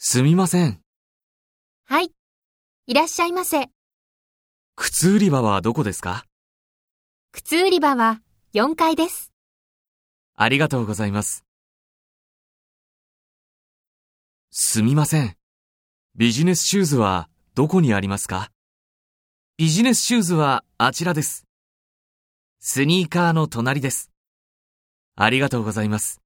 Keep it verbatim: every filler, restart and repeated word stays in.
すみません。 はい。いらっしゃいませ。 靴売り場はどこですか？ 靴売り場はよんかいです。 ありがとうございます。すみません。ビジネスシューズはどこにありますか？ビジネスシューズはあちらです。スニーカーの隣です。ありがとうございます。